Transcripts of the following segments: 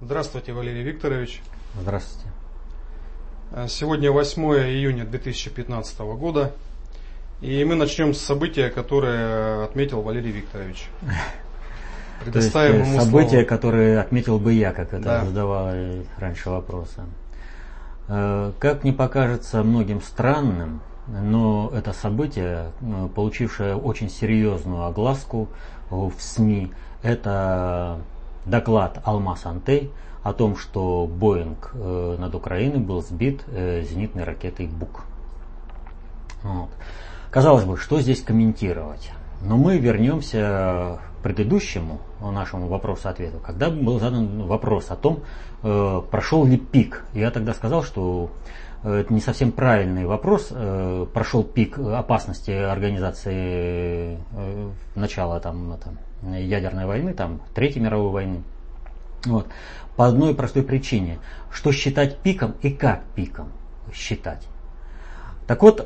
Здравствуйте, Валерий Викторович. Здравствуйте. Сегодня 8 июня 2015 года, и мы начнем с события, которое отметил Валерий Викторович. Предоставим ему события, которые отметил бы я, как это задавал раньше вопросы. Как не покажется многим странным, но это событие, получившее очень серьезную огласку в СМИ, это доклад Алмаз-Антей о том, что Боинг над Украиной был сбит зенитной ракетой Бук. Вот. Казалось бы, что здесь комментировать? Но мы вернемся к предыдущему нашему вопросу-ответу, когда был задан вопрос о том, прошел ли пик. Я тогда сказал, что это не совсем правильный вопрос, прошел пик опасности организации начала ядерной войны, Третьей мировой войны. Вот. По одной простой причине, что считать пиком и как пиком считать. Так вот,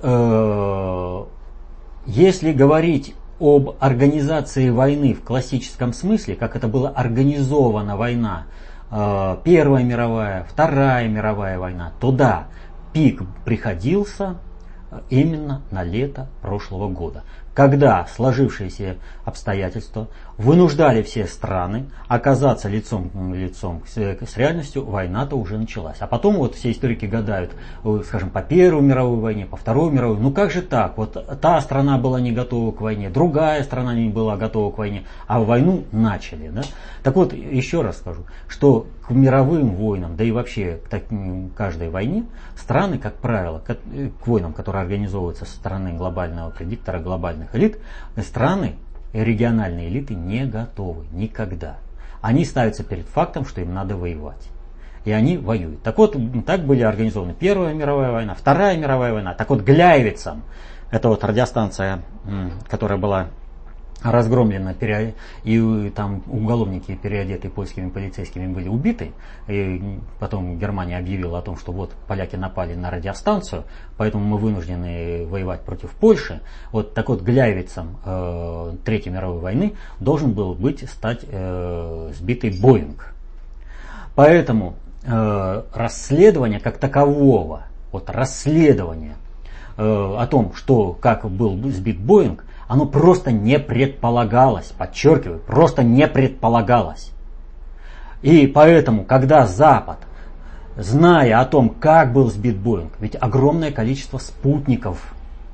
если говорить об организации войны в классическом смысле, как это была организована война, Первая мировая, Вторая мировая война, то да, пик приходился именно на лето прошлого года, когда сложившиеся обстоятельства вынуждали все страны оказаться лицом к лицом с реальностью, война-то уже началась. А потом вот все историки гадают, скажем, по Первой мировой войне, по Второй мировой, ну как же так, вот та страна была не готова к войне, другая страна не была готова к войне, а войну начали. Да? Так вот, еще раз скажу, что к мировым войнам, да и вообще к каждой войне, страны, как правило, к войнам, которые организовываются со стороны глобального предиктора, глобальных элит, страны, региональные элиты не готовы никогда. Они ставятся перед фактом, что им надо воевать. И они воюют. Так вот, так были организованы Первая мировая война, Вторая мировая война. Так вот, Гляйвицам, это вот радиостанция, которая была разгромлена, и там уголовники, переодетые польскими полицейскими, были убиты. И потом Германия объявила о том, что вот поляки напали на радиостанцию, поэтому мы вынуждены воевать против Польши. Вот так вот, Гляйвицам Третьей мировой войны должен был стать сбитый Боинг. Поэтому расследование как такового, вот расследование о том, как был сбит Боинг, оно просто не предполагалось, подчеркиваю, просто не предполагалось. И поэтому, когда Запад, зная о том, как был сбит Боинг, ведь огромное количество спутников,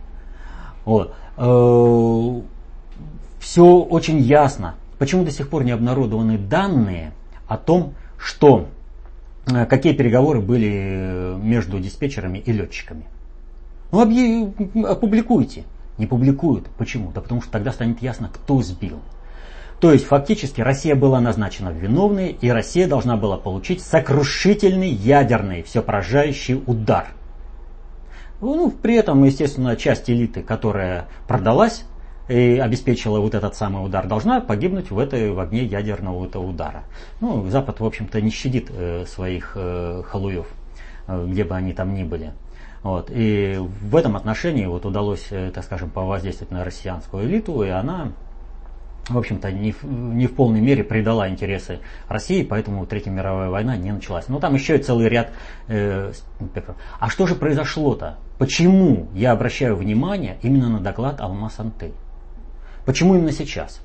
все очень ясно. Почему до сих пор не обнародованы данные о том, какие переговоры были между диспетчерами и летчиками? Ну, опубликуйте. Не публикуют. Почему? Да потому что тогда станет ясно, кто сбил. То есть фактически Россия была назначена в виновные, и Россия должна была получить сокрушительный ядерный всепоражающий удар. Ну, при этом, естественно, часть элиты, которая продалась и обеспечила вот этот самый удар, должна погибнуть в огне ядерного удара. Ну, Запад, в общем-то, не щадит своих халуев, где бы они там ни были. Вот. И в этом отношении удалось, так скажем, повоздействовать на россиянскую элиту, и она, в общем-то, не в полной мере предала интересы России, поэтому Третья мировая война не началась. Но там еще и целый ряд... А что же произошло-то? Почему я обращаю внимание именно на доклад Алмаз-Антей? Почему именно сейчас?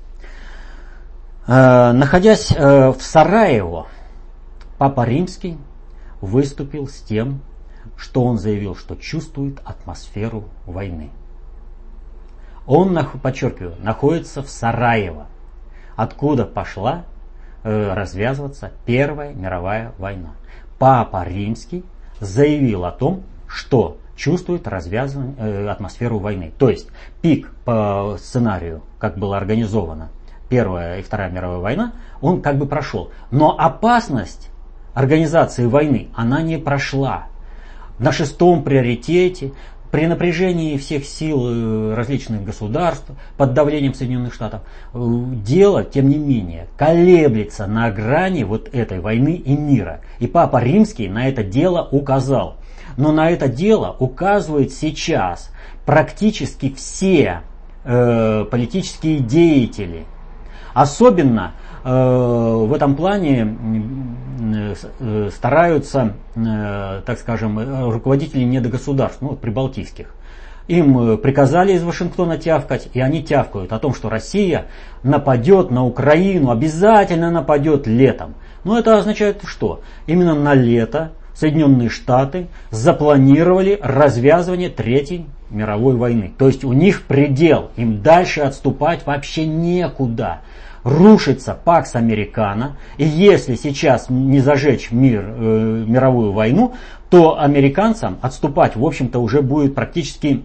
Находясь в Сараево, Папа Римский выступил с тем, что он заявил, что чувствует атмосферу войны. Он, подчеркиваю, находится в Сараево, откуда пошла развязываться Первая мировая война. Папа Римский заявил о том, что чувствует атмосферу войны. То есть пик по сценарию, как была организована Первая и Вторая мировая война, он как бы прошел. Но опасность организации войны, она не прошла. На шестом приоритете, при напряжении всех сил различных государств, под давлением Соединенных Штатов, дело, тем не менее, колеблется на грани вот этой войны и мира. И Папа Римский на это дело указал. Но на это дело указывают сейчас практически все политические деятели. Особенно в этом плане стараются, так скажем, руководители недогосударств, ну, прибалтийских. Им приказали из Вашингтона тявкать, и они тявкают о том, что Россия нападет на Украину, обязательно нападет летом. Но это означает что? Именно на лето Соединенные Штаты запланировали развязывание Третьей мировой войны. То есть у них предел, им дальше отступать вообще некуда. Рушится Пакс Американо, и если сейчас не зажечь мировую войну, то американцам отступать, в общем-то, уже будет практически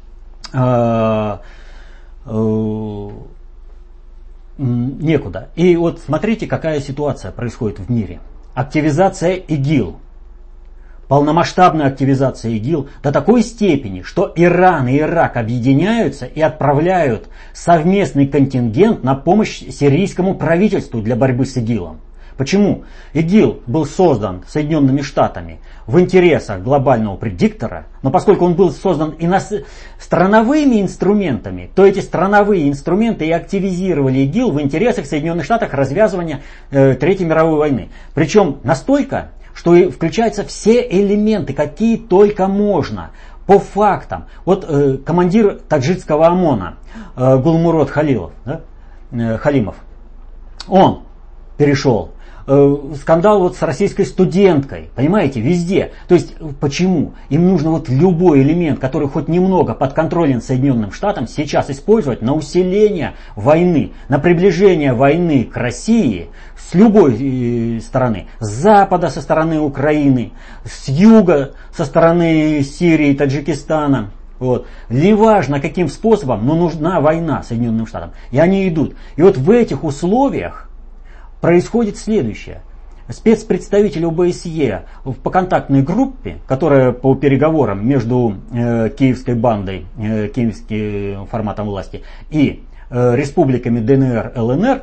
некуда. И вот смотрите, какая ситуация происходит в мире. Активизация ИГИЛ. Полномасштабная активизация ИГИЛ до такой степени, что Иран и Ирак объединяются и отправляют совместный контингент на помощь сирийскому правительству для борьбы с ИГИЛом. Почему? ИГИЛ был создан Соединенными Штатами в интересах глобального предиктора, но поскольку он был создан страновыми инструментами, то эти страновые инструменты и активизировали ИГИЛ в интересах Соединенных Штатов развязывания Третьей мировой войны. Причем настолько, что включаются все элементы, какие только можно, по фактам. Вот командир таджикского ОМОНа Гулмурод Халимов, он перешел. Скандал вот с российской студенткой, понимаете, везде. То есть почему? Им нужно вот любой элемент, который хоть немного подконтролен Соединенным Штатам, сейчас использовать на усиление войны, на приближение войны к России с любой стороны. С запада, со стороны Украины, с юга, со стороны Сирии, Таджикистана. Вот. Неважно каким способом, но нужна война Соединенным Штатам. И они идут. И вот в этих условиях происходит следующее. Спецпредставитель ОБСЕ по контактной группе, которая по переговорам между киевской бандой, киевским форматом власти и республиками ДНР, ЛНР,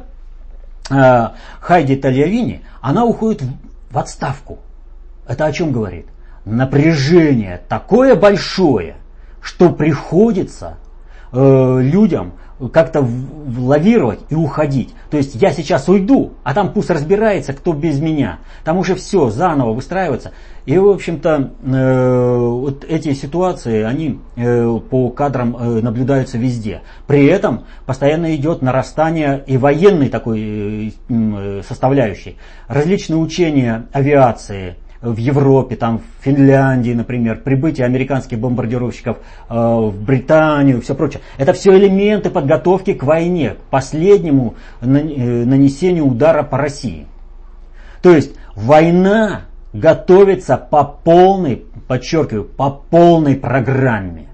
Хайди Тальявини, она уходит в отставку. Это о чем говорит? Напряжение такое большое, что приходится людям как-то лавировать и уходить. То есть я сейчас уйду, а там пусть разбирается, кто без меня. Там уже все заново выстраивается. И, в общем-то, вот эти ситуации, они по кадрам наблюдаются везде. При этом постоянно идет нарастание и военной такой составляющей. Различные учения авиации в Европе, там, в Финляндии, например, прибытие американских бомбардировщиков в Британию, все прочее. Это все элементы подготовки к войне, к последнему нанесению удара по России. То есть война готовится по полной, подчеркиваю, по полной программе.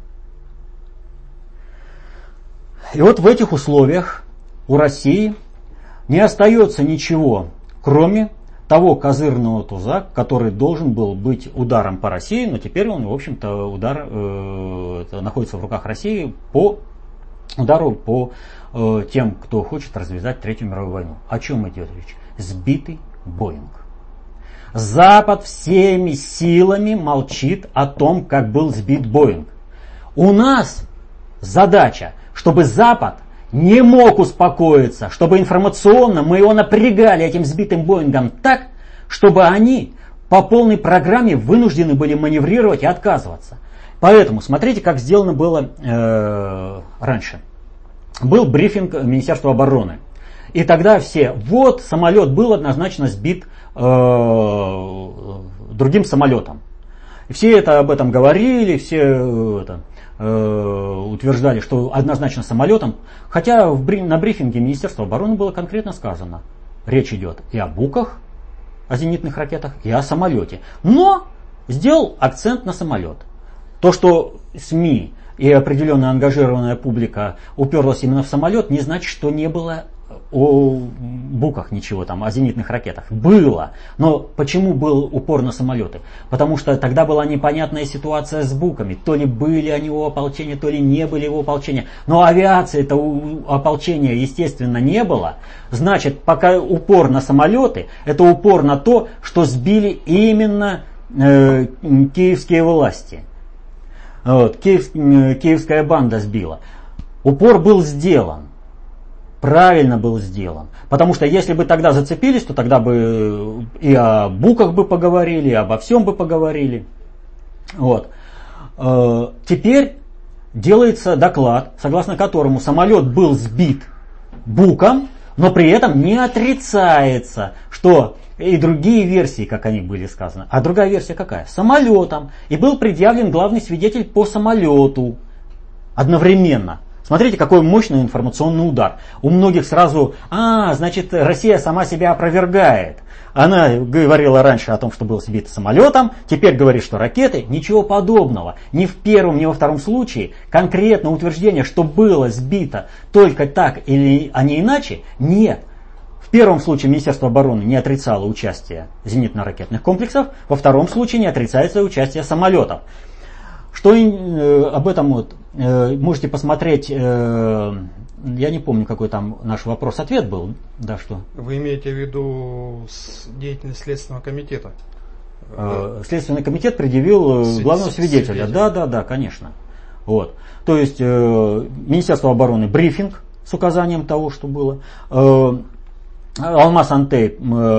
И вот в этих условиях у России не остается ничего, кроме того козырного туза, который должен был быть ударом по России, но теперь он, в общем-то, удар находится в руках России по удару по тем, кто хочет развязать Третью мировую войну. О чем идет речь? Сбитый Боинг. Запад всеми силами молчит о том, как был сбит Боинг. У нас задача, чтобы Запад не мог успокоиться, чтобы информационно мы его напрягали этим сбитым Боингом так, чтобы они по полной программе вынуждены были маневрировать и отказываться. Поэтому смотрите, как сделано было раньше. Был брифинг Министерства обороны. И тогда все, вот самолет был однозначно сбит другим самолетом. И все об этом говорили, все утверждали, что однозначно самолетом. Хотя на брифинге Министерства обороны было конкретно сказано, речь идет и о Буках, о зенитных ракетах, и о самолете. Но сделал акцент на самолет. То, что СМИ и определенно ангажированная публика уперлась именно в самолет, не значит, что не было о Буках ничего там, о зенитных ракетах. Было. Но почему был упор на самолеты? Потому что тогда была непонятная ситуация с Буками. То ли были они у ополчения, то ли не были у ополчения. Но авиации-то у ополчения, естественно, не было. Значит, пока упор на самолеты, это упор на то, что сбили именно киевские власти. Вот, киевская банда сбила. Упор был сделан. правильно был сделан. Потому что если бы тогда зацепились, то тогда бы и о буках бы поговорили, и обо всем бы поговорили. Вот. Теперь делается доклад, согласно которому самолет был сбит буком, но при этом не отрицается, что и другие версии, как они были сказаны. А другая версия какая? Самолетом. И был предъявлен главный свидетель по самолету одновременно. Смотрите, какой мощный информационный удар. У многих сразу, значит, Россия сама себя опровергает. Она говорила раньше о том, что был сбит самолетом, теперь говорит, что ракеты. Ничего подобного. Ни в первом, ни во втором случае конкретно утверждение, что было сбито только так или а не иначе, нет. В первом случае Министерство обороны не отрицало участие зенитно-ракетных комплексов, во втором случае не отрицается участие самолетов. Что об этом можете посмотреть, я не помню, какой там наш вопрос-ответ был. Да, что? Вы имеете в виду деятельность Следственного комитета? Следственный комитет предъявил главного свидетеля. Да, конечно. Вот. То есть Министерство обороны брифинг с указанием того, что было. Алмаз-Антей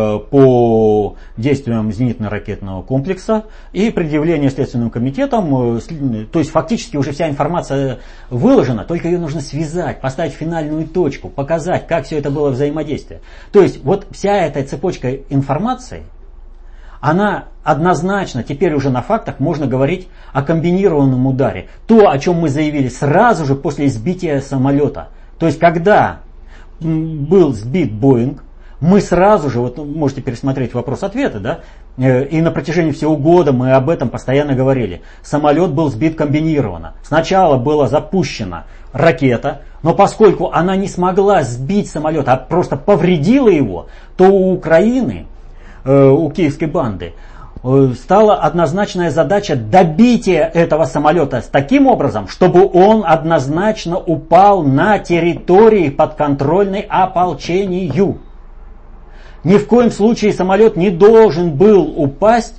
по действиям зенитно-ракетного комплекса и предъявление Следственным комитетом, то есть фактически уже вся информация выложена, только ее нужно связать, поставить финальную точку, показать, как все это было взаимодействие. То есть вот вся эта цепочка информации, она однозначно, теперь уже на фактах можно говорить о комбинированном ударе. То, о чем мы заявили сразу же после сбития самолета. То есть когда был сбит Боинг, мы сразу же, вот можете пересмотреть вопрос-ответы, да, и на протяжении всего года мы об этом постоянно говорили. Самолет был сбит комбинированно. Сначала была запущена ракета, но поскольку она не смогла сбить самолет, а просто повредила его, то у Украины, у киевской банды, стала однозначная задача добития этого самолета таким образом, чтобы он однозначно упал на территории, подконтрольной ополчению. Ни в коем случае самолет не должен был упасть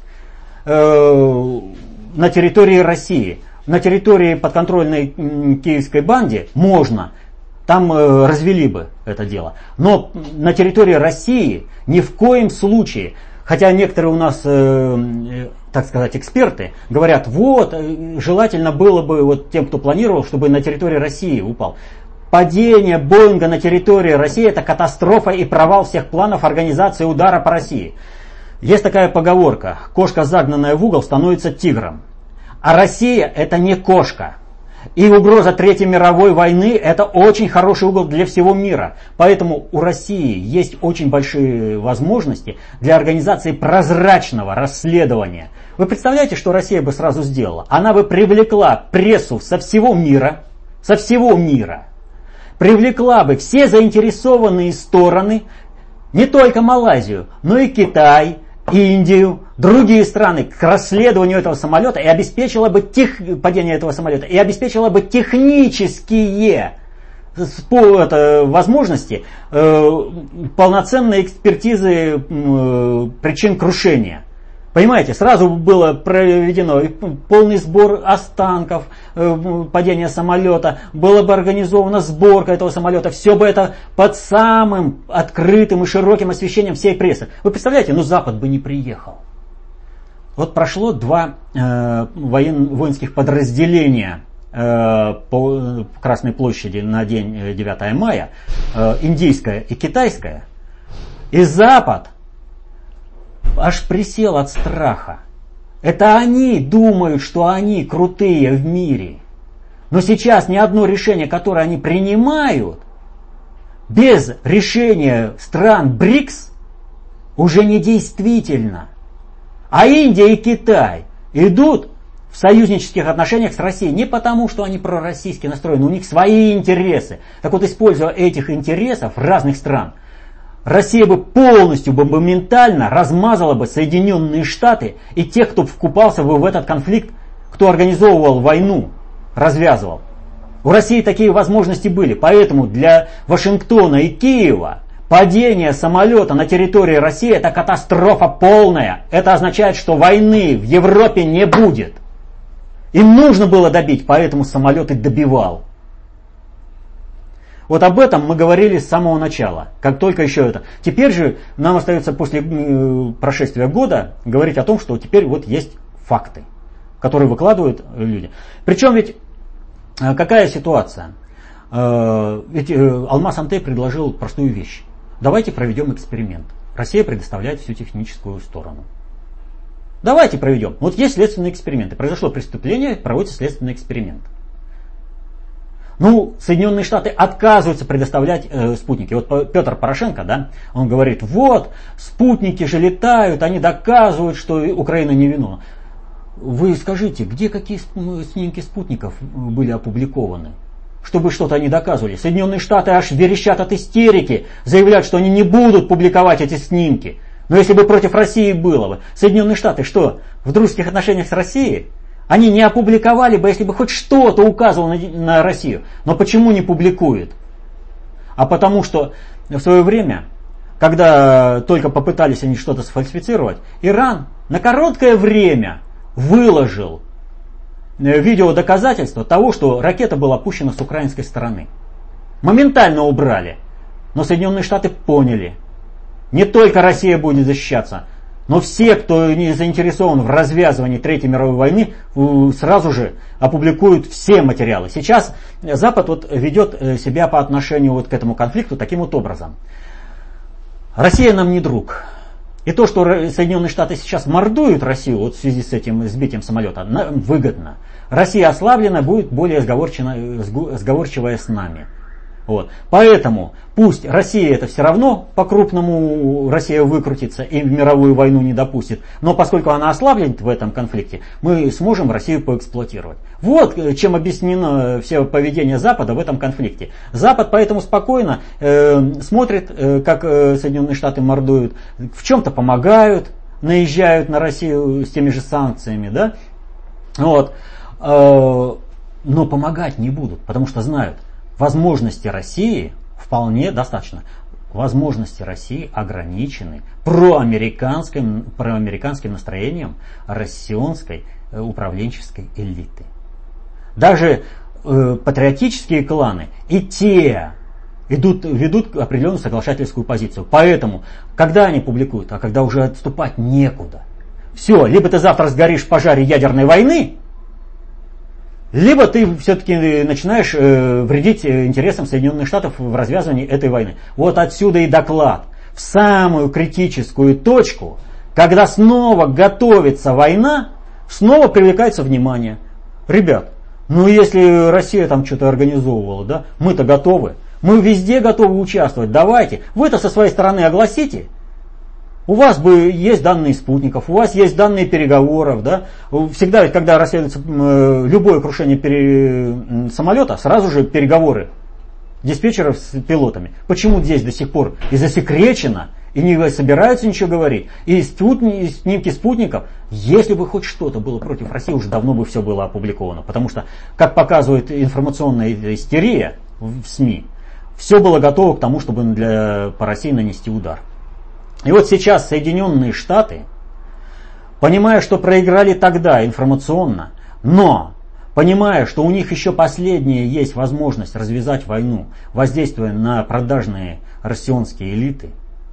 на территории России. На территории подконтрольной киевской банде можно, там развели бы это дело. Но на территории России ни в коем случае. Хотя некоторые у нас, так сказать, эксперты говорят, вот, желательно было бы вот тем, кто планировал, чтобы на территории России упал. Падение Боинга на территории России – это катастрофа и провал всех планов организации удара по России. Есть такая поговорка: кошка, загнанная в угол, становится тигром. А Россия – это не кошка. И угроза Третьей мировой войны – это очень хороший угол для всего мира. Поэтому у России есть очень большие возможности для организации прозрачного расследования. Вы представляете, что Россия бы сразу сделала? Она бы привлекла прессу со всего мира, привлекла бы все заинтересованные стороны, не только Малайзию, но и Китай, Индию, другие страны к расследованию этого самолета и обеспечила бы падение этого самолета и обеспечила бы технические возможности полноценной экспертизы причин крушения. Понимаете, сразу было проведено полный сбор останков падения самолета, была бы организована сборка этого самолета, все бы это под самым открытым и широким освещением всей прессы. Вы представляете, Запад бы не приехал. Вот прошло два воинских подразделения по Красной площади на день 9 мая, индийское и китайское, и Запад аж присел от страха. Это они думают, что они крутые в мире. Но сейчас ни одно решение, которое они принимают, без решения стран БРИКС, уже не действительно. А Индия и Китай идут в союзнических отношениях с Россией не потому, что они пророссийски настроены, у них свои интересы. Так вот, используя этих интересов разных стран, Россия бы полностью, моментально размазала бы Соединенные Штаты и тех, кто вкупался бы в этот конфликт, кто организовывал войну, развязывал. У России такие возможности были, поэтому для Вашингтона и Киева падение самолета на территории России – это катастрофа полная. Это означает, что войны в Европе не будет. Им нужно было добить, поэтому самолет и добивал. Вот об этом мы говорили с самого начала, как только еще это. Теперь же нам остается после прошествия года говорить о том, что теперь вот есть факты, которые выкладывают люди. Причем ведь какая ситуация? Ведь Алмаз Антей предложил простую вещь. Давайте проведем эксперимент. Россия предоставляет всю техническую сторону. Давайте проведем. Вот есть следственные эксперименты. Произошло преступление, проводится следственный эксперимент. Ну, Соединенные Штаты отказываются предоставлять спутники. Вот Петр Порошенко, да, он говорит, вот, спутники же летают, они доказывают, что Украина невиновна. Вы скажите, где какие снимки спутников были опубликованы? Чтобы что-то они доказывали. Соединенные Штаты аж верещат от истерики, заявляют, что они не будут публиковать эти снимки. Но если бы против России было бы, Соединенные Штаты что, в дружеских отношениях с Россией? Они не опубликовали бы, если бы хоть что-то указывало на Россию. Но почему не публикуют? А потому что в свое время, когда только попытались они что-то сфальсифицировать, Иран на короткое время выложил видеодоказательства того, что ракета была пущена с украинской стороны. Моментально убрали. Но Соединенные Штаты поняли, не только Россия будет защищаться, но все, кто не заинтересован в развязывании Третьей мировой войны, сразу же опубликуют все материалы. Сейчас Запад вот ведет себя по отношению вот к этому конфликту таким вот образом. Россия нам не друг. И то, что Соединенные Штаты сейчас мордуют Россию вот в связи с этим сбитием самолета, выгодно. Россия ослаблена, будет более сговорчивая с нами. Вот. Поэтому пусть Россия это все равно по-крупному Россия выкрутится и в мировую войну не допустит. Но поскольку она ослаблена в этом конфликте, мы сможем Россию поэксплуатировать. Вот чем объяснено все поведение Запада в этом конфликте. Запад поэтому спокойно смотрит, как Соединенные Штаты мордуют, в чем-то помогают, наезжают на Россию с теми же санкциями. Да? Вот. Но помогать не будут, потому что знают, возможности России вполне достаточно. Возможности России ограничены проамериканским настроением россионской управленческой элиты. Даже патриотические кланы и те ведут определенную соглашательскую позицию. Поэтому, когда они публикуют, а когда уже отступать некуда. Все, либо ты завтра сгоришь в пожаре ядерной войны, либо ты все-таки начинаешь вредить интересам Соединенных Штатов в развязывании этой войны. Вот отсюда и доклад. В самую критическую точку, когда снова готовится война, снова привлекается внимание. Ребят, ну если Россия там что-то организовывала, да, мы-то готовы. Мы везде готовы участвовать. Давайте. Вы это со своей стороны огласите. У вас бы есть данные спутников, у вас есть данные переговоров. Да? Всегда, ведь, когда расследуется любое крушение самолета, сразу же переговоры диспетчеров с пилотами. Почему здесь до сих пор и засекречено, и не собираются ничего говорить, и снимки спутников, если бы хоть что-то было против России, уже давно бы все было опубликовано. Потому что, как показывает информационная истерия в СМИ, все было готово к тому, чтобы по России нанести удар. И вот сейчас Соединенные Штаты, понимая, что проиграли тогда информационно, но понимая, что у них еще последняя есть возможность развязать войну, воздействуя на продажные россионские элиты,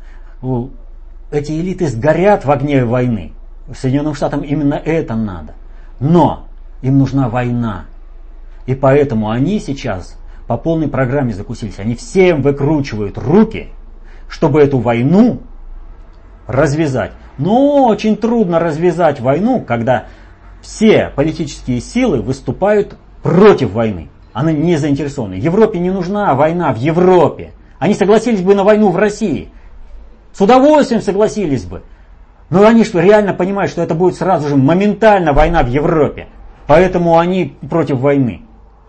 эти элиты сгорят в огне войны. Соединенным Штатам именно это надо. Но им нужна война. И поэтому они сейчас по полной программе закусились. Они всем выкручивают руки, чтобы эту войну развязать. Но очень трудно развязать войну, когда все политические силы выступают против войны. Они не заинтересованы. Европе не нужна война в Европе. Они согласились бы на войну в России. С удовольствием согласились бы. Но они что, реально понимают, что это будет сразу же моментально война в Европе. Поэтому они против войны.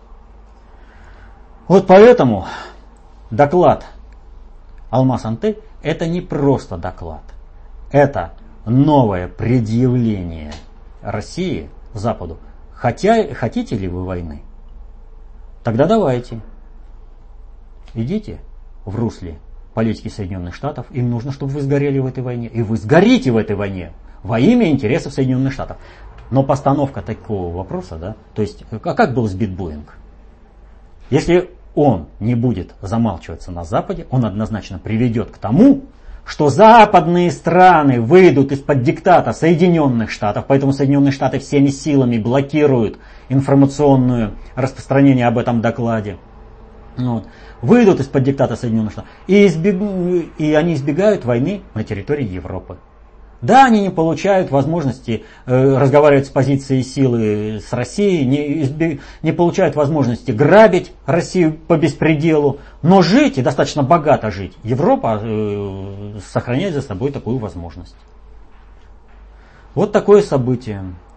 Вот поэтому доклад Алмаз Антей это не просто доклад. Это новое предъявление России Западу. Хотите ли вы войны? Тогда давайте. Идите в русле политики Соединенных Штатов. Им нужно, чтобы вы сгорели в этой войне. И вы сгорите в этой войне во имя интересов Соединенных Штатов. Но постановка такого вопроса, да, то есть, а как был сбит Боинг? Если он не будет замалчиваться на Западе, он однозначно приведет к тому, что западные страны выйдут из-под диктата Соединенных Штатов, поэтому Соединенные Штаты всеми силами блокируют информационное распространение об этом докладе. Вот. Выйдут из-под диктата Соединенных Штатов и они избегают войны на территории Европы. Да, они не получают возможности разговаривать с позиции силы с Россией, не получают возможности грабить Россию по беспределу, но жить и достаточно богато жить. Европа сохраняет за собой такую возможность. Вот такое событие.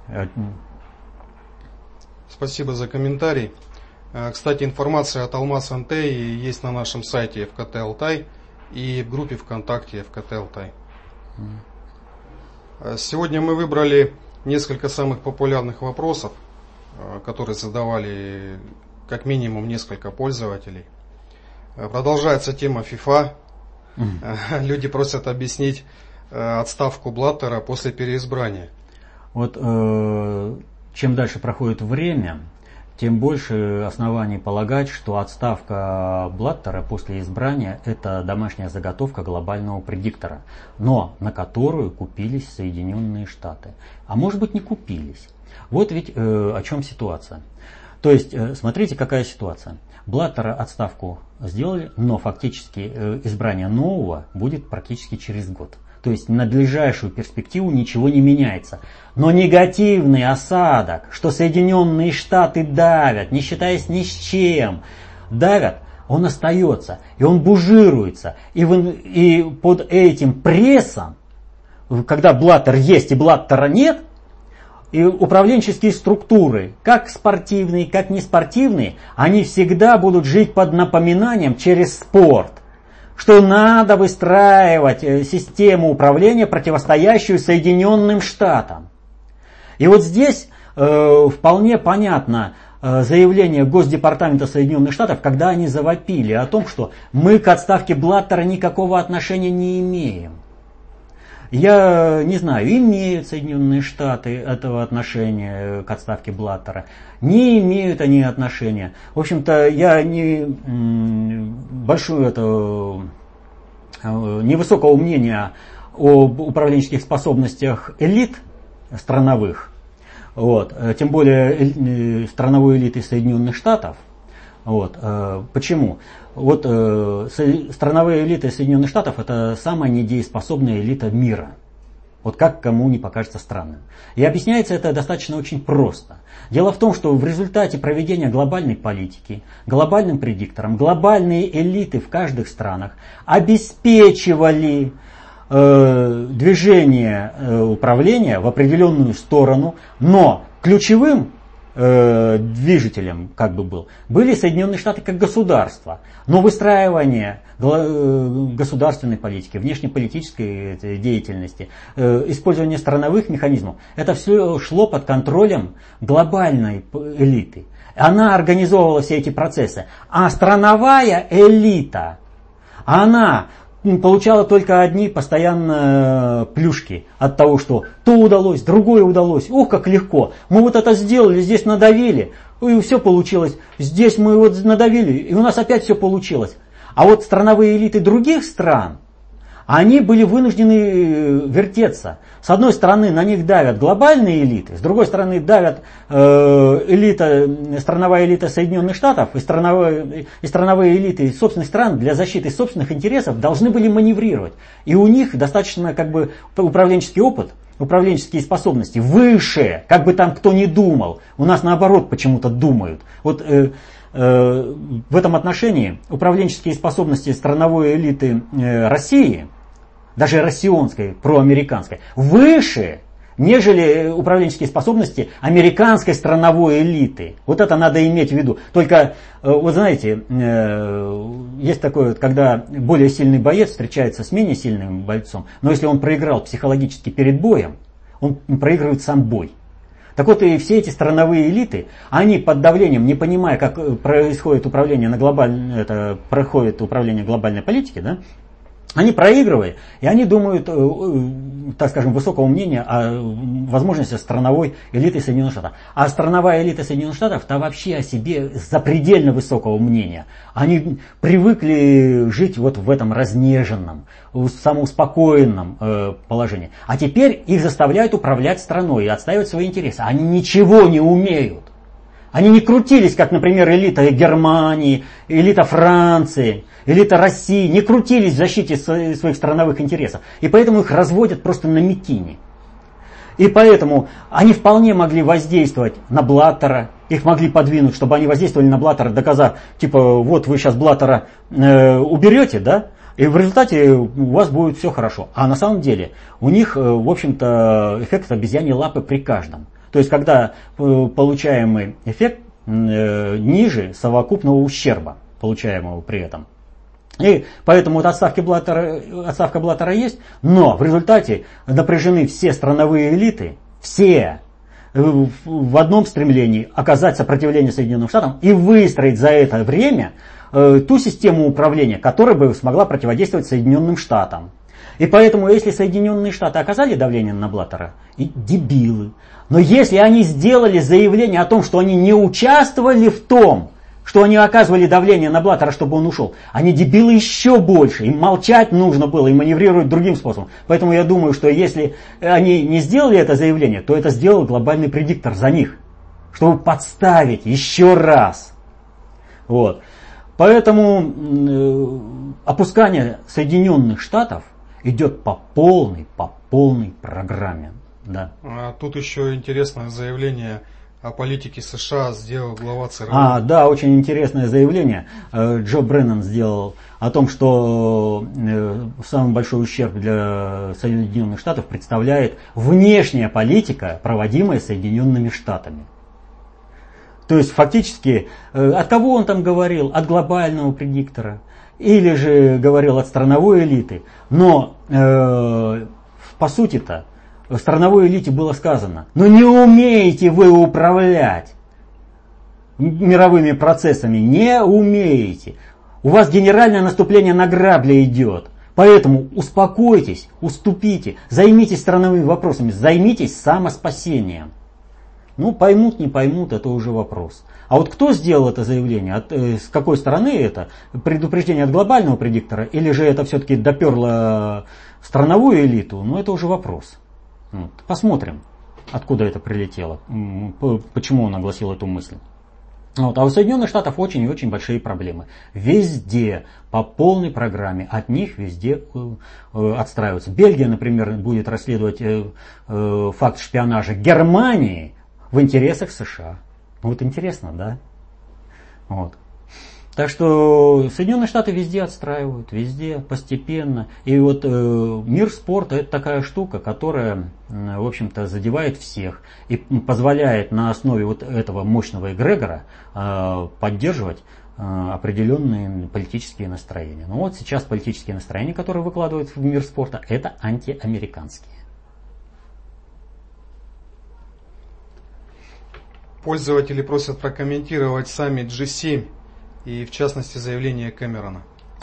Спасибо за комментарий. Кстати, информация от Алмаз Антей есть на нашем сайте ФКТ Алтай и в группе ВКонтакте ФКТ Алтай. Сегодня мы выбрали несколько самых популярных вопросов, которые задавали как минимум несколько пользователей. Продолжается тема FIFA. Люди просят объяснить отставку Блаттера после переизбрания. Вот чем дальше проходит время, тем больше оснований полагать, что отставка Блаттера после избрания – это домашняя заготовка глобального предиктора, но на которую купились Соединенные Штаты. А может быть, не купились. Вот ведь о чем ситуация. То есть, смотрите, какая ситуация. Блаттера отставку сделали, но фактически избрание нового будет практически через год. То есть на ближайшую перспективу ничего не меняется. Но негативный осадок, что Соединенные Штаты давят, не считаясь ни с чем, давят, он остается, и он бужируется. И под этим прессом, когда Блаттер есть и Блаттера нет, и управленческие структуры, как спортивные, как неспортивные, они всегда будут жить под напоминанием через спорт, что надо выстраивать систему управления, противостоящую Соединенным Штатам. И вот здесь вполне понятно заявление Госдепартамента Соединенных Штатов, когда они завопили о том, что мы к отставке Блаттера никакого отношения не имеем. Я не знаю, имеют Соединенные Штаты этого отношения к отставке Блаттера, не имеют они отношения. В общем-то, я невысокого мнения об управленческих способностях элит страновых, тем более страновой элиты Соединенных Штатов. Почему? Страновые элиты Соединенных Штатов – это самая недееспособная элита мира. Вот как кому не покажется странным. И объясняется это достаточно очень просто. Дело в том, что в результате проведения глобальной политики, глобальным предиктором, глобальные элиты в каждых странах обеспечивали движение управления в определенную сторону, но ключевым движителем были Соединенные Штаты как государство. Но выстраивание государственной политики, внешнеполитической деятельности, использование страновых механизмов, это все шло под контролем глобальной элиты. Она организовывала все эти процессы. А страновая элита, она получала только одни постоянно плюшки от того, что то удалось, другое удалось. Ох, как легко. Мы вот это сделали, здесь надавили, и все получилось. Здесь мы вот надавили, и у нас опять все получилось. А вот страновые элиты других стран, они были вынуждены вертеться. С одной стороны, на них давят глобальные элиты, с другой стороны, давят страновая элита Соединенных Штатов и страновые элиты собственных стран для защиты собственных интересов должны были маневрировать. И у них достаточно управленческий опыт, управленческие способности выше, как бы там кто ни думал. У нас наоборот почему-то думают. В этом отношении управленческие способности страновой элиты России, даже россионской, проамериканской, выше, нежели управленческие способности американской страновой элиты. Вот это надо иметь в виду. Только, вы знаете, есть такое, когда более сильный боец встречается с менее сильным бойцом, но если он проиграл психологически перед боем, он проигрывает сам бой. Так вот, и все эти страновые элиты, они под давлением, не понимая, как проходит управление глобальной политики, да, Они проигрывают, и они думают, так скажем, высокого мнения о возможности страновой элиты Соединенных Штатов. А страновая элита Соединенных Штатов-то вообще о себе запредельно высокого мнения. Они привыкли жить вот в этом разнеженном, самоуспокоенном положении. А теперь их заставляют управлять страной и отстаивать свои интересы. Они ничего не умеют. Они не крутились, как, например, элита Германии, элита Франции, элита России, не крутились в защите своих страновых интересов. И поэтому их разводят просто на мякине. И поэтому они вполне могли воздействовать на Блаттера, их могли подвинуть, чтобы они воздействовали на Блаттера, доказав, типа, вот вы сейчас Блаттера уберете, да, и в результате у вас будет все хорошо. А на самом деле у них, в общем-то, эффект обезьяньей лапы при каждом. То есть, когда получаемый эффект ниже совокупного ущерба, получаемого при этом. И поэтому вот отставка Блаттера есть, но в результате напряжены все страновые элиты, все в одном стремлении оказать сопротивление Соединенным Штатам и выстроить за это время ту систему управления, которая бы смогла противодействовать Соединенным Штатам. И поэтому, если Соединенные Штаты оказали давление на Блаттера, и дебилы. Но если они сделали заявление о том, что они не участвовали в том, что они оказывали давление на Блаттера, чтобы он ушел, они дебилы еще больше. Им молчать нужно было и маневрировать другим способом. Поэтому я думаю, что если они не сделали это заявление, то это сделал глобальный предиктор за них, чтобы подставить еще раз. Вот. Поэтому опускание Соединенных Штатов идет по полной программе. Да. Тут еще интересное заявление о политике США сделал глава ЦРУ. Да, очень интересное заявление Джо Бреннан сделал о том, что самый большой ущерб для Соединенных Штатов представляет внешняя политика, проводимая Соединенными Штатами. То есть фактически, от кого он там говорил? От глобального предиктора. Или же говорил от страновой элиты. Но по сути-то страновой элите было сказано: но не умеете вы управлять мировыми процессами, не умеете. У вас генеральное наступление на грабли идет. Поэтому успокойтесь, уступите, займитесь страновыми вопросами, займитесь самоспасением. Ну, поймут, не поймут, это уже вопрос. А вот кто сделал это заявление? С какой стороны это? Предупреждение от глобального предиктора? Или же это все-таки доперло страновую элиту? Ну, это уже вопрос. Вот. Посмотрим, откуда это прилетело, почему он огласил эту мысль. Вот. А у Соединенных Штатов очень и очень большие проблемы. Везде, по полной программе, от них везде отстраиваются. Бельгия, например, будет расследовать факт шпионажа Германии в интересах США. Вот интересно, да? Вот. Так что Соединенные Штаты везде отстраивают, везде, постепенно. И вот мир спорта — это такая штука, которая, в общем-то, задевает всех и позволяет на основе вот этого мощного эгрегора поддерживать определенные политические настроения. Ну вот сейчас политические настроения, которые выкладывают в мир спорта, это антиамериканские. Пользователи просят прокомментировать саммит G7 и, в частности, заявление Кэмерона.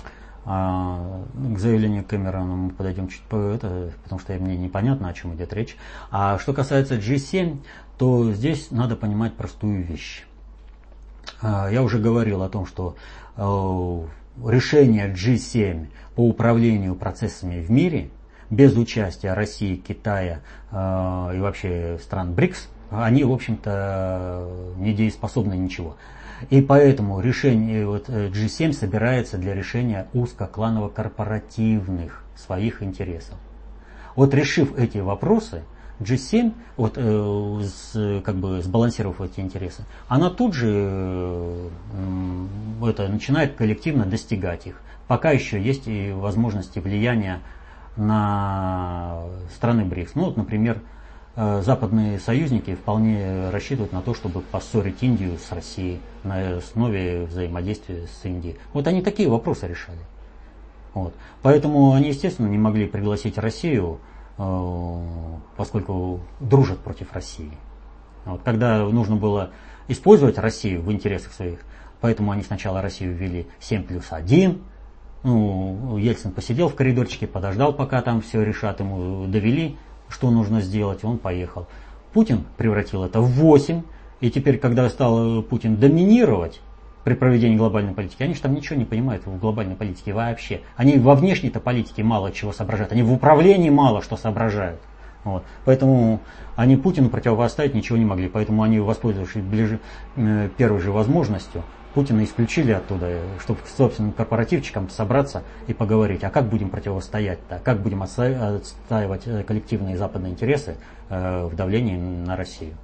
К заявлению Кэмерона мы подойдем чуть позже, потому что мне непонятно, о чем идет речь. А что касается G7, то здесь надо понимать простую вещь. Я уже говорил о том, что решение G7 по управлению процессами в мире без участия России, Китая и вообще стран БРИКС, они, в общем-то, недееспособны ничего. И поэтому решение G7 собирается для решения узкокланово-корпоративных своих интересов. Вот решив эти вопросы, G7, сбалансировав эти интересы, она тут же начинает коллективно достигать их. Пока еще есть и возможности влияния на страны БРИКС. Ну, вот, например, западные союзники вполне рассчитывают на то, чтобы поссорить Индию с Россией на основе взаимодействия с Индией. Вот они такие вопросы решали. Вот. Поэтому они, естественно, не могли пригласить Россию, поскольку дружат против России. Вот. Когда нужно было использовать Россию в интересах своих, поэтому они сначала Россию ввели 7+1, Ну, Ельцин посидел в коридорчике, подождал, пока там все решат, ему довели, что нужно сделать, он поехал. Путин превратил это в 8, и теперь, когда стал Путин доминировать при проведении глобальной политики, они же там ничего не понимают в глобальной политике вообще. Они во внешней-то политике мало чего соображают, они в управлении мало что соображают. Вот. Поэтому они Путину противопоставить ничего не могли, поэтому они, воспользовавшись первой же возможностью, Путина исключили оттуда, чтобы к собственным корпоративчикам собраться и поговорить, а как будем противостоять-то, как будем отстаивать коллективные западные интересы в давлении на Россию.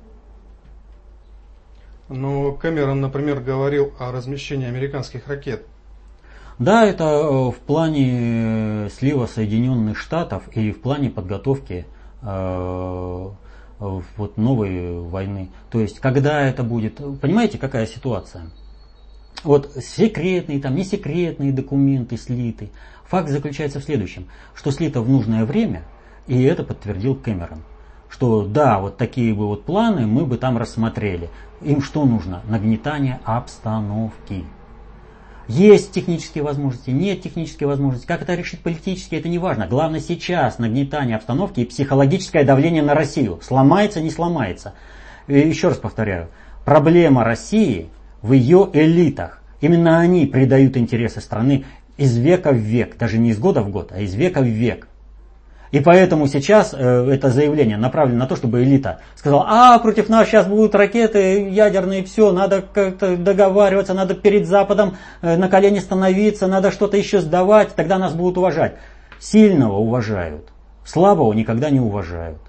Но Кэмерон, например, говорил о размещении американских ракет. Да, это в плане слива Соединенных Штатов и в плане подготовки вот новой войны. То есть, когда это будет, понимаете, какая ситуация? Вот секретные, там, несекретные документы слиты. Факт заключается в следующем, что слито в нужное время, и это подтвердил Кэмерон. Что да, вот такие бы вот планы мы бы там рассмотрели. Им что нужно? Нагнетание обстановки. Есть технические возможности, нет технических возможностей. Как это решить политически, это не важно. Главное сейчас нагнетание обстановки и психологическое давление на Россию. Сломается, не сломается. И еще раз повторяю, проблема России в ее элитах. Именно они придают интересы страны из века в век. Даже не из года в год, а из века в век. И поэтому сейчас это заявление направлено на то, чтобы элита сказала, против нас сейчас будут ракеты ядерные, все, надо как-то договариваться, надо перед Западом на колени становиться, надо что-то еще сдавать, тогда нас будут уважать. Сильного уважают, слабого никогда не уважают.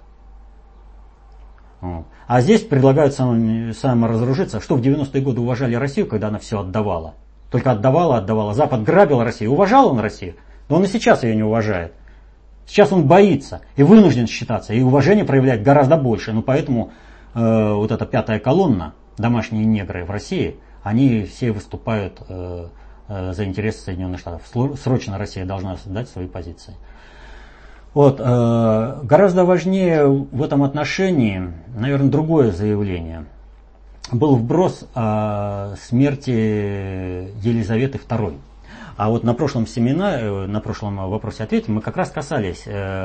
А здесь предлагают саморазоружиться. Что в 90-е годы уважали Россию, когда она все отдавала? Только отдавала. Запад грабил Россию. Уважал он Россию, но он и сейчас ее не уважает. Сейчас он боится и вынужден считаться, и уважение проявляет гораздо больше. Но поэтому вот эта пятая колонна, домашние негры в России, они все выступают за интересы Соединенных Штатов. Срочно Россия должна сдать свои позиции. Вот, гораздо важнее в этом отношении, наверное, другое заявление. Был вброс о смерти Елизаветы II. А вот на прошлом вопросе-ответе мы как раз касались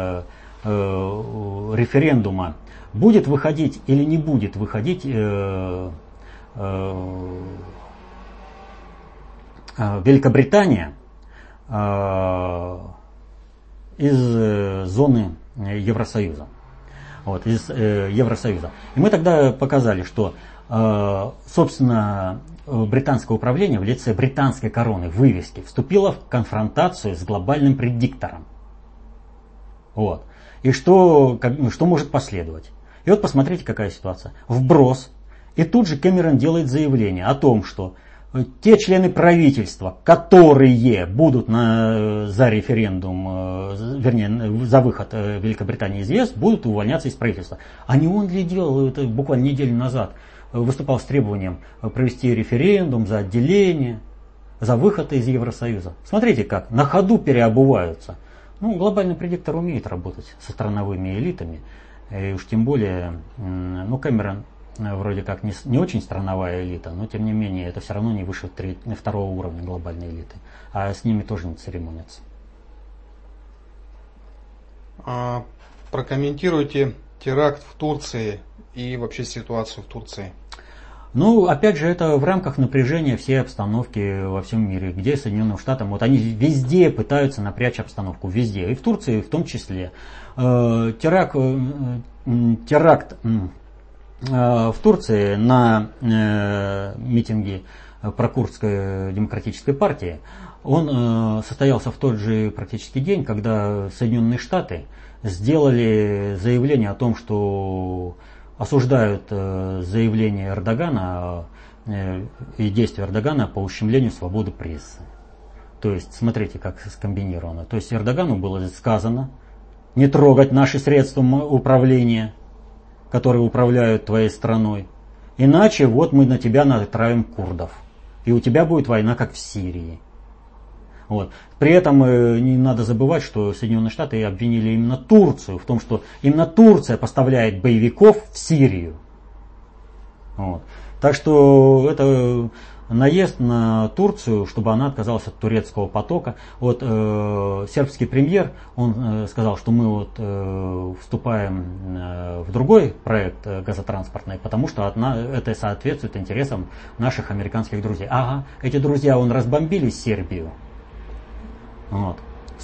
референдума. Будет выходить или не будет выходить Великобритания из зоны Евросоюза. Вот, из Евросоюза. И мы тогда показали, что, собственно, британское управление в лице британской короны, вывески, вступило в конфронтацию с глобальным предиктором. Вот. И что может последовать? И вот посмотрите, какая ситуация. Вброс. И тут же Кэмерон делает заявление о том, что те члены правительства, которые будут за референдум, вернее, за выход Великобритании из ЕС, будут увольняться из правительства. А не он ли делал это буквально неделю назад? Выступал с требованием провести референдум за отделение, за выход из Евросоюза. Смотрите как, на ходу переобуваются. Ну, глобальный предиктор умеет работать со страновыми элитами. И уж тем более, Кэмерон вроде как не очень страновая элита, но тем не менее это все равно не выше второго уровня глобальной элиты. А с ними тоже не церемонятся. Прокомментируйте теракт в Турции и вообще ситуацию в Турции. Ну, опять же, это в рамках напряжения всей обстановки во всем мире, где Соединенным Штатам, вот они везде пытаются напрячь обстановку, везде, и в Турции в том числе. Теракт в Турции на митинге прокурдской демократической партии, он состоялся в тот же практически день, когда Соединенные Штаты сделали заявление о том, что осуждают заявление Эрдогана и действия Эрдогана по ущемлению свободы прессы. То есть, смотрите, как скомбинировано. То есть Эрдогану было сказано не трогать наши средства управления, которые управляют твоей страной. Иначе вот мы на тебя натравим курдов. И у тебя будет война, как в Сирии. Вот. При этом не надо забывать, что Соединенные Штаты обвинили именно Турцию в том, что именно Турция поставляет боевиков в Сирию. Вот. Так что это наезд на Турцию, чтобы она отказалась от турецкого потока. Вот сербский премьер, он сказал, что мы вот вступаем в другой проект газотранспортный, потому что это соответствует интересам наших американских друзей. Ага, эти друзья, разбомбили Сербию. Вот.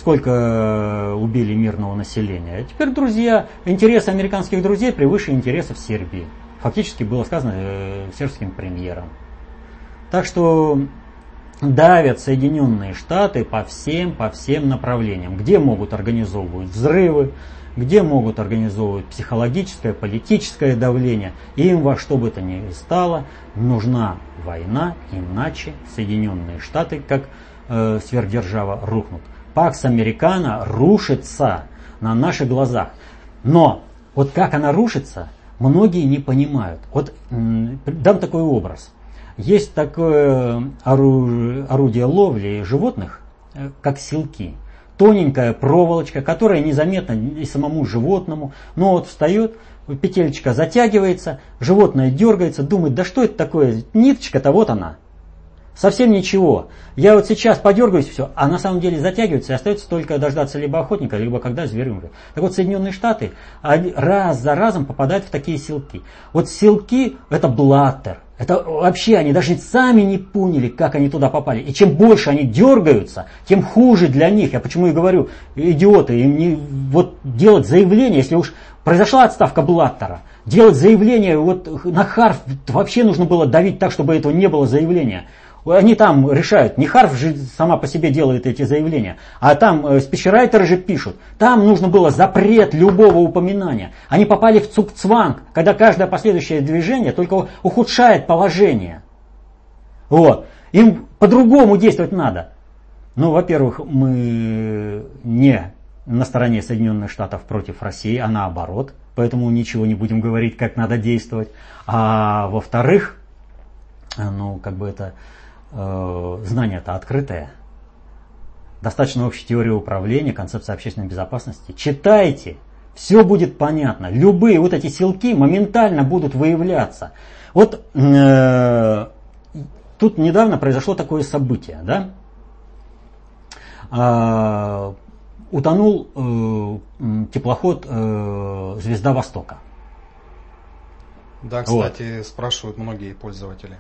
Сколько убили мирного населения. А теперь, друзья, интересы американских друзей превыше интересов Сербии. Фактически было сказано сербским премьером. Так что давят Соединенные Штаты по всем направлениям. Где могут организовывать взрывы, где могут организовывать психологическое, политическое давление. Им во что бы то ни стало нужна война, иначе Соединенные Штаты, как сверхдержава, рухнут. Пакс Американо рушится на наших глазах. Но вот как она рушится, многие не понимают. Вот дам такой образ. Есть такое орудие ловли животных, как селки. Тоненькая проволочка, которая незаметна и самому животному. Но вот встает, петелечка затягивается, животное дергается, думает, да что это такое, ниточка-то вот она. Совсем ничего. Я вот сейчас подергаюсь, все, а на самом деле затягивается, и остается только дождаться либо охотника, либо когда зверь умрет. Так вот, Соединенные Штаты раз за разом попадают в такие селки. Вот селки – это блаттер. Это вообще они даже сами не поняли, как они туда попали. И чем больше они дергаются, тем хуже для них. Я почему и говорю, идиоты, им не вот делать заявление, если уж произошла отставка блаттера, делать заявление, вот на Харв вообще нужно было давить так, чтобы этого не было заявления. Они там решают, не Харв же сама по себе делает эти заявления, а там спичрайтеры же пишут. Там нужно было запрет любого упоминания. Они попали в цугцванг, когда каждое последующее движение только ухудшает положение. Вот. Им по-другому действовать надо. Ну, во-первых, мы не на стороне Соединенных Штатов против России, а наоборот. Поэтому ничего не будем говорить, как надо действовать. А во-вторых, ну, как бы это... знание-то открытое. Достаточно общей теории управления, концепция общественной безопасности. Читайте, все будет понятно. Любые вот эти селки моментально будут выявляться. Вот тут недавно произошло такое событие, да? Утонул теплоход «Звезда Востока». Да, кстати, вот. Спрашивают многие пользователи.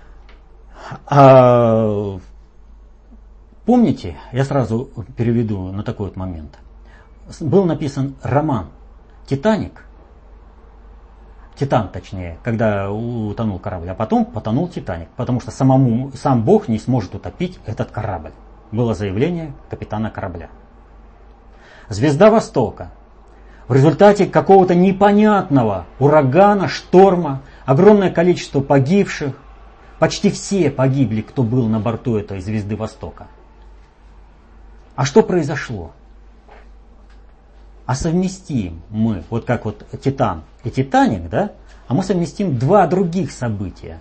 Помните, я сразу переведу на такой вот момент. Был написан роман «Титаник», «Титан», точнее, когда утонул корабль, а потом потонул «Титаник», потому что сам Бог не сможет утопить этот корабль. Было заявление капитана корабля. «Звезда Востока». В результате какого-то непонятного урагана, шторма, огромное количество погибших, почти все погибли, кто был на борту этой «Звезды Востока». А что произошло? А совместим мы, вот как вот «Титан» и «Титаник», да? А мы совместим два других события.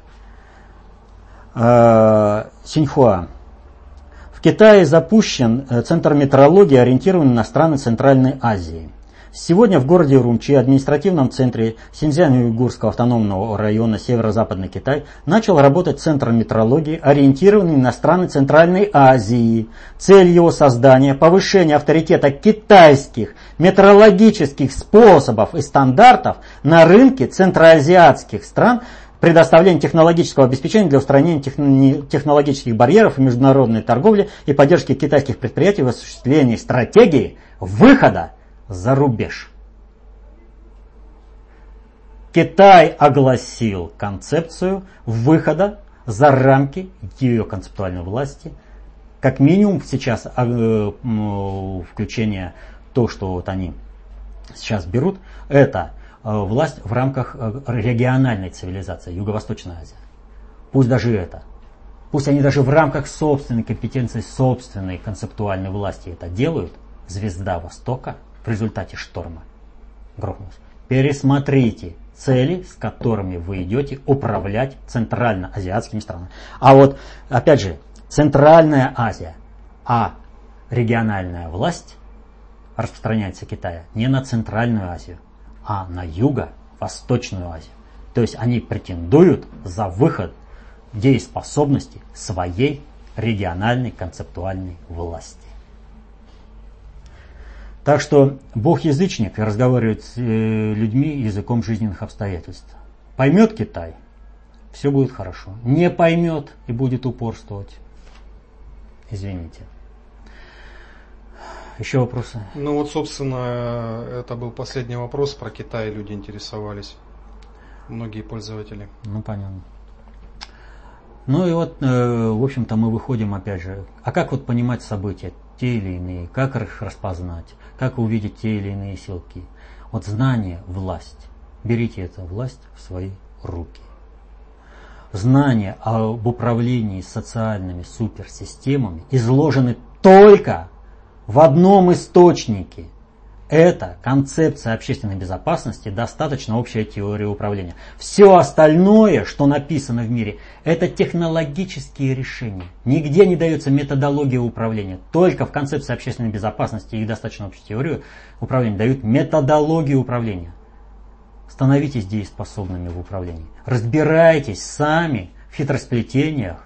Синьхуа. В Китае запущен центр метеорологии, ориентированный на страны Центральной Азии. Сегодня в городе Урумчи, административном центре Синьцзянь-Уйгурского автономного района Северо-Западный Китай, начал работать Центр метеорологии, ориентированный на страны Центральной Азии. Цель его создания – повышение авторитета китайских метеорологических способов и стандартов на рынке центроазиатских стран, предоставление технологического обеспечения для устранения технологических барьеров в международной торговле и поддержки китайских предприятий в осуществлении стратегии выхода за рубеж. Китай огласил концепцию выхода за рамки ее концептуальной власти. Как минимум сейчас включение то, что вот они сейчас берут, это власть в рамках региональной цивилизации, Юго-Восточная Азия. Пусть даже это. Пусть они даже в рамках собственной компетенции, собственной концептуальной власти это делают. Звезда Востока в результате шторма грохнулась. Пересмотрите цели, с которыми вы идете управлять центрально-азиатскими странами. А вот, опять же, Центральная Азия, а региональная власть распространяется Китая не на Центральную Азию, а на Юго-Восточную Азию. То есть они претендуют за выход дееспособности своей региональной концептуальной власти. Так что Бог-язычник разговаривает с людьми языком жизненных обстоятельств. Поймет Китай, все будет хорошо. Не поймет и будет упорствовать. Извините. Еще вопросы? Ну вот, собственно, это был последний вопрос. Про Китай люди интересовались. Многие пользователи. Ну, понятно. Ну и вот, в общем-то, мы выходим опять же. А как вот понимать события, те или иные? Как их распознать? Как увидеть те или иные силки? Вот знание – власть. Берите эту власть в свои руки. Знания об управлении социальными суперсистемами изложены только в одном источнике. Это концепция общественной безопасности, достаточно общая теория управления. Все остальное, что написано в мире, это технологические решения. Нигде не дается методология управления. Только в концепции общественной безопасности и достаточно общей теории управления дают методологию управления. Становитесь дееспособными в управлении. Разбирайтесь сами в хитросплетениях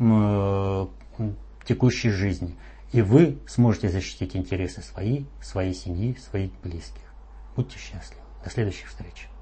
текущей жизни. И вы сможете защитить интересы своей семьи, своих близких. Будьте счастливы. До следующих встреч.